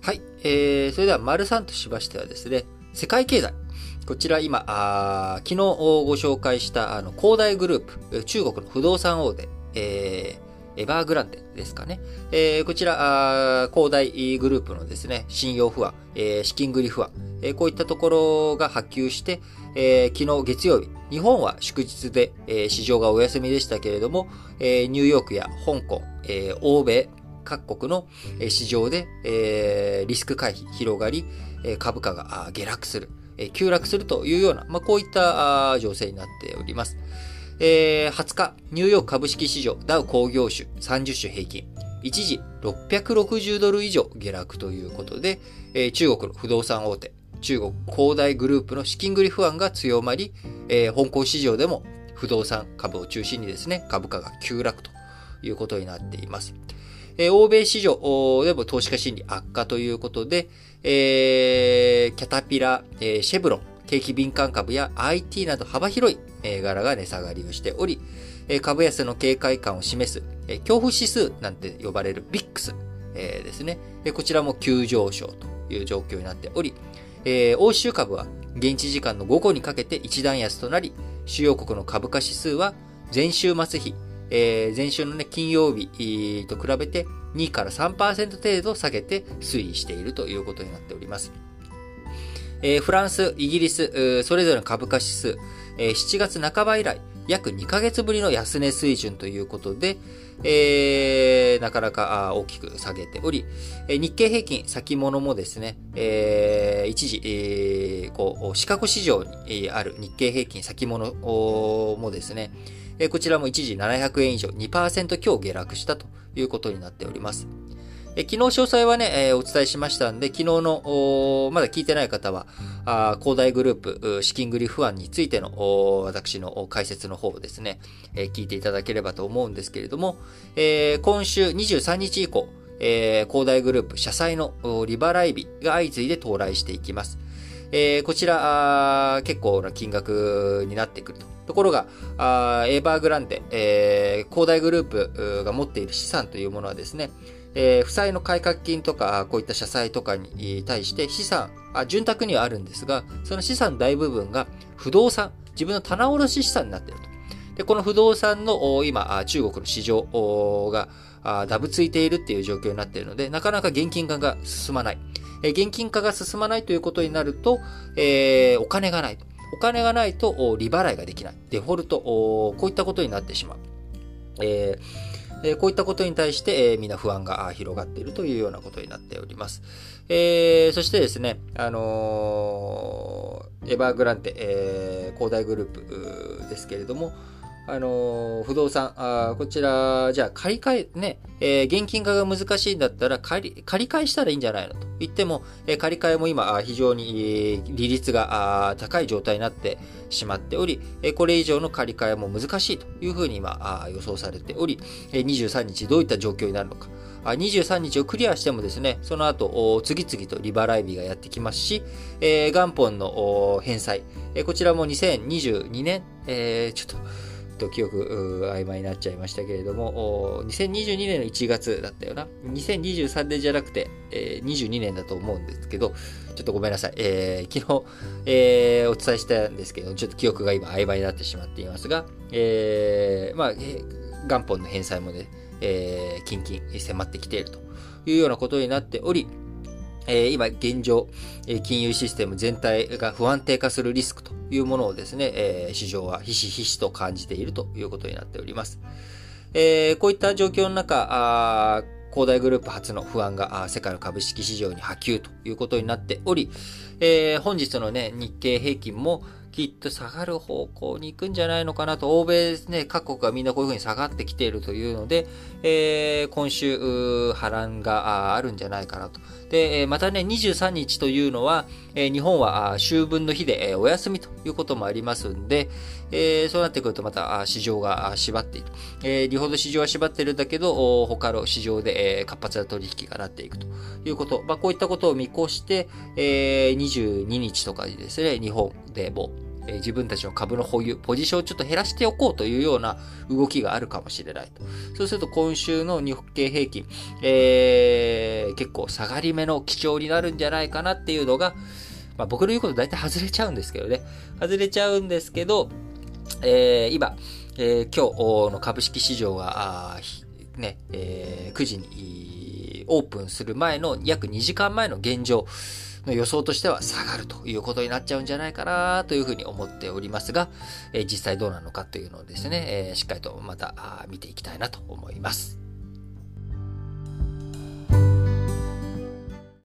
はい。それでは、丸3としましてはですね、世界経済。こちら今、昨日ご紹介した恒大グループ、中国の不動産大手、エバーグランデですかね。こちら、恒大グループのですね、信用不安、資金繰り不安、こういったところが波及して、昨日月曜日、日本は祝日で、市場がお休みでしたけれども、ニューヨークや香港、欧米、各国の市場で、リスク回避広がり、株価が下落する、急落するというような、こういった情勢になっております。20日、ニューヨーク株式市場ダウ工業種30種平均、一時660ドル以上下落ということで、中国の不動産大手、中国恒大グループの資金繰り不安が強まり、香港市場でも不動産株を中心にですね、株価が急落ということになっています。欧米市場でも投資家心理悪化ということで、キャタピラ、シェブロン、景気敏感株や IT など幅広い銘柄が値下がりをしており、株安の警戒感を示す、恐怖指数なんて呼ばれるビックス、ですね。こちらも急上昇という状況になっており、欧州株は現地時間の午後にかけて一段安となり、主要国の株価指数は前週末比、前週のね、金曜日と比べて2から 3% 程度下げて推移しているということになっております。フランス、イギリス、それぞれの株価指数、7月半ば以来、約2ヶ月ぶりの安値水準ということで、なかなか大きく下げており、日経平均先物もですね、一時、シカゴ市場にある日経平均先物もですね、こちらも一時700円以上 2% 強下落したということになっております。昨日詳細はね、お伝えしましたんで、昨日の、まだ聞いてない方は、恒大グループ、資金繰り不安についての、私の解説の方をですね、聞いていただければと思うんですけれども、今週23日以降、恒大グループ社債の利払い日が相次いで到来していきます。こちら、結構な金額になってくると。ところが、エーバーグランデ、恒大グループが持っている資産というものはですね、負債の改革金とか、こういった社債とかに対して資産、潤沢にはあるんですが、その資産大部分が不動産、自分の棚卸資産になっていると。で、この不動産の今、中国の市場がダブついているっていう状況になっているので、なかなか現金化が進まない。現金化が進まないということになると、お金がない。お金がないと利払いができない。デフォルト、こういったことになってしまう。こういったことに対して、みんな不安が広がっているというようなことになっております。そしてですね、エバーグランテ、恒大グループですけれども、不動産、こちら、じゃあ借り換え、ね、現金化が難しいんだったら借り換えしたらいいんじゃないのと言っても、借り換えも今、非常に利率が高い状態になってしまっており、これ以上の借り換えも難しいというふうに今、予想されており、23日どういった状況になるのか。23日をクリアしてもですね、その後、次々と利払い日がやってきますし、元本の返済、こちらも2022年、ちょっと記憶曖昧になっちゃいましたけれども、2022年の1月だったよな。2023年じゃなくて、22年だと思うんですけど、ちょっとごめんなさい。昨日、お伝えしたんですけど、ちょっと記憶が今曖昧になってしまっていますが、元本の返済もね、近々迫ってきているというようなことになっており、今現状、金融システム全体が不安定化するリスクというものをですね、市場はひしひしと感じているということになっております。こういった状況の中、恒大グループ初の不安が世界の株式市場に波及ということになっており、本日のね、日経平均もきっと下がる方向に行くんじゃないのかなと、欧米ですね、各国がみんなこういうふうに下がってきているというので、今週波乱があるんじゃないかなと。で、またね、23日というのは、日本は秋分の日でお休みということもありますんで、そうなってくるとまた市場が縛っている。利ほど市場は縛っているんだけど、他の市場で活発な取引がなっていくということ。こういったことを見越して、22日とかにですね、日本でも自分たちの株の保有、ポジションをちょっと減らしておこうというような動きがあるかもしれないと。そうすると今週の日経平均、結構下がり目の基調になるんじゃないかなっていうのが、僕の言うこと大体外れちゃうんですけどね。外れちゃうんですけど、今、今日の株式市場が、9時にオープンする前の約2時間前の現状の予想としては下がるということになっちゃうんじゃないかなというふうに思っておりますが、実際どうなのかというのをですね、しっかりとまた見ていきたいなと思います。